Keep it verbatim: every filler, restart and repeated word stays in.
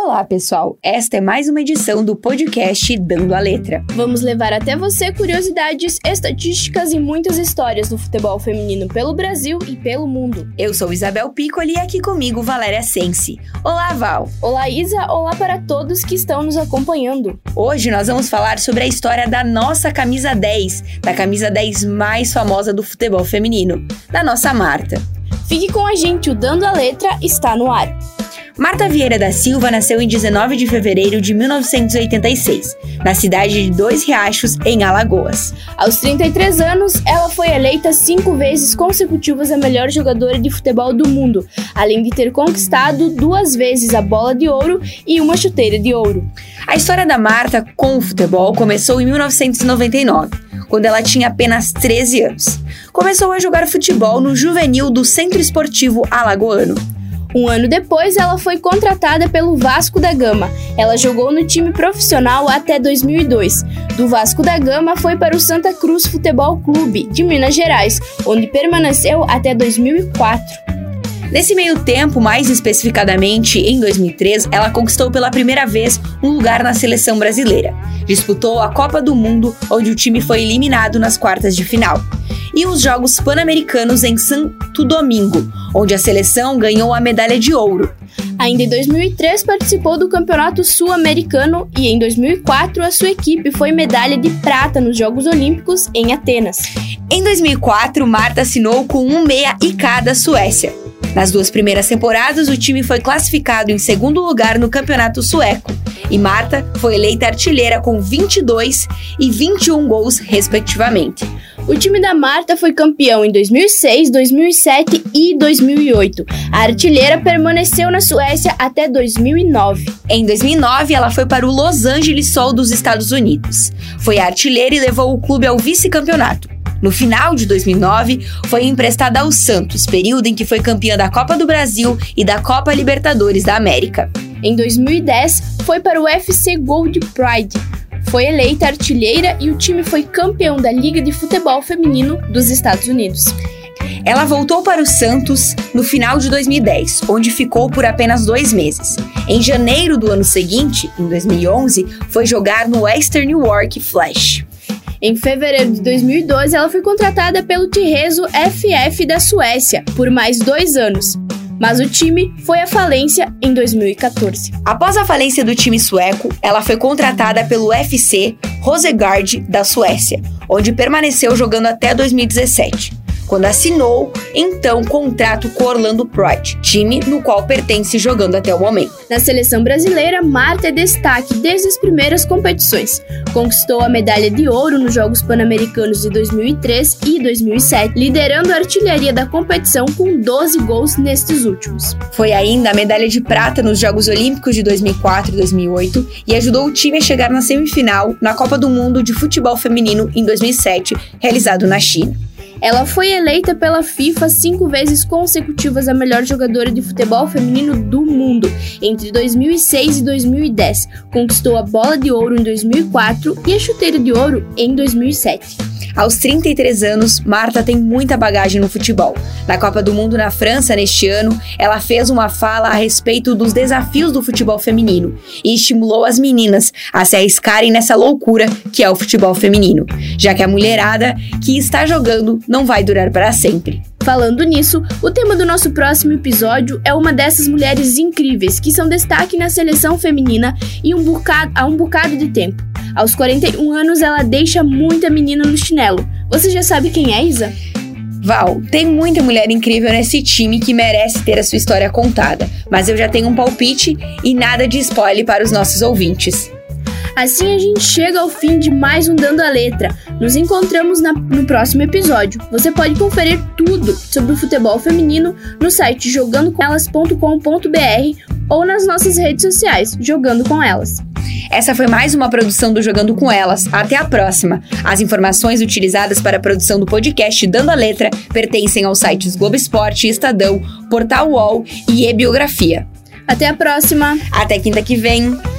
Olá, pessoal! Esta é mais uma edição do podcast Dando a Letra. Vamos levar até você curiosidades, estatísticas e muitas histórias do futebol feminino pelo Brasil e pelo mundo. Eu sou Isabel Piccoli e aqui comigo Valéria Sensi. Olá, Val! Olá, Isa! Olá para todos que estão nos acompanhando. Hoje nós vamos falar sobre a história da nossa camisa dez, da camisa dez mais famosa do futebol feminino, da nossa Marta. Fique com a gente, o Dando a Letra está no ar. Marta Vieira da Silva nasceu em dezenove de fevereiro de mil novecentos e oitenta e seis, na cidade de Dois Riachos, em Alagoas. Aos trinta e três anos, ela foi eleita cinco vezes consecutivas a melhor jogadora de futebol do mundo, além de ter conquistado duas vezes a bola de ouro e uma chuteira de ouro. A história da Marta com o futebol começou em mil novecentos e noventa e nove, quando ela tinha apenas treze anos. Começou a jogar futebol no juvenil do Centro Esportivo Alagoano. Um ano depois, ela foi contratada pelo Vasco da Gama. Ela jogou no time profissional até dois mil e dois. Do Vasco da Gama, foi para o Santa Cruz Futebol Clube, de Minas Gerais, onde permaneceu até dois mil e quatro. Nesse meio tempo, mais especificadamente em dois mil e três, ela conquistou pela primeira vez um lugar na seleção brasileira. Disputou a Copa do Mundo, onde o time foi eliminado nas quartas de final, e os Jogos Pan-Americanos em Santo Domingo, onde a seleção ganhou a medalha de ouro. Ainda em dois mil e três participou do Campeonato Sul-Americano e em dois mil e quatro a sua equipe foi medalha de prata nos Jogos Olímpicos em Atenas. Em dois mil e quatro, Marta assinou com um meia I K da Suécia. Nas duas primeiras temporadas, o time foi classificado em segundo lugar no Campeonato Sueco, e Marta foi eleita artilheira com vinte e dois e vinte e um gols, respectivamente. O time da Marta foi campeão em dois mil e seis, dois mil e sete e dois mil e oito. A artilheira permaneceu na Suécia até dois mil e nove. Em dois mil e nove, ela foi para o Los Angeles Sol dos Estados Unidos. Foi a artilheira e levou o clube ao vice-campeonato. No final de dois mil e nove, foi emprestada ao Santos, período em que foi campeã da Copa do Brasil e da Copa Libertadores da América. Em dois mil e dez, foi para o F C Gold Pride. Foi eleita artilheira e o time foi campeão da Liga de Futebol Feminino dos Estados Unidos. Ela voltou para o Santos no final de dois mil e dez, onde ficou por apenas dois meses. Em janeiro do ano seguinte, em dois mil e onze, foi jogar no Western New York Flash. Em fevereiro de dois mil e doze, ela foi contratada pelo Tireso F F da Suécia por mais dois anos. Mas o time foi à falência em dois mil e quatorze. Após a falência do time sueco, ela foi contratada pelo F C Rosengård da Suécia, onde permaneceu jogando até dois mil e dezessete, quando assinou, então, contrato com o Orlando Pride, time no qual pertence jogando até o momento. Na seleção brasileira, Marta é destaque desde as primeiras competições. Conquistou a medalha de ouro nos Jogos Pan-Americanos de dois mil e três e dois mil e sete, liderando a artilharia da competição com doze gols nestes últimos. Foi ainda a medalha de prata nos Jogos Olímpicos de dois mil e quatro e dois mil e oito e ajudou o time a chegar na semifinal na Copa do Mundo de Futebol Feminino em dois mil e sete, realizado na China. Ela foi eleita pela FIFA cinco vezes consecutivas a melhor jogadora de futebol feminino do mundo, entre dois mil e seis e dois mil e dez. Conquistou a bola de ouro em dois mil e quatro e a chuteira de ouro em dois mil e sete. Aos trinta e três anos, Marta tem muita bagagem no futebol. Na Copa do Mundo na França, neste ano, ela fez uma fala a respeito dos desafios do futebol feminino e estimulou as meninas a se arriscarem nessa loucura que é o futebol feminino, já que a mulherada que está jogando não vai durar para sempre. Falando nisso, o tema do nosso próximo episódio é uma dessas mulheres incríveis que são destaque na seleção feminina e um bocado, há um bocado de tempo. Aos quarenta e um anos, ela deixa muita menina no chinelo. Você já sabe quem é, Isa? Val, tem muita mulher incrível nesse time que merece ter a sua história contada, mas eu já tenho um palpite e nada de spoiler para os nossos ouvintes. Assim a gente chega ao fim de mais um Dando a Letra. Nos encontramos na, no próximo episódio. Você pode conferir tudo sobre o futebol feminino no site jogando com elas ponto com ponto b r ou nas nossas redes sociais, Jogando com Elas. Essa foi mais uma produção do Jogando com Elas. Até a próxima! As informações utilizadas para a produção do podcast Dando a Letra pertencem aos sites Globo Esporte, Estadão, Portal U O L e E-Biografia. Até a próxima! Até quinta que vem!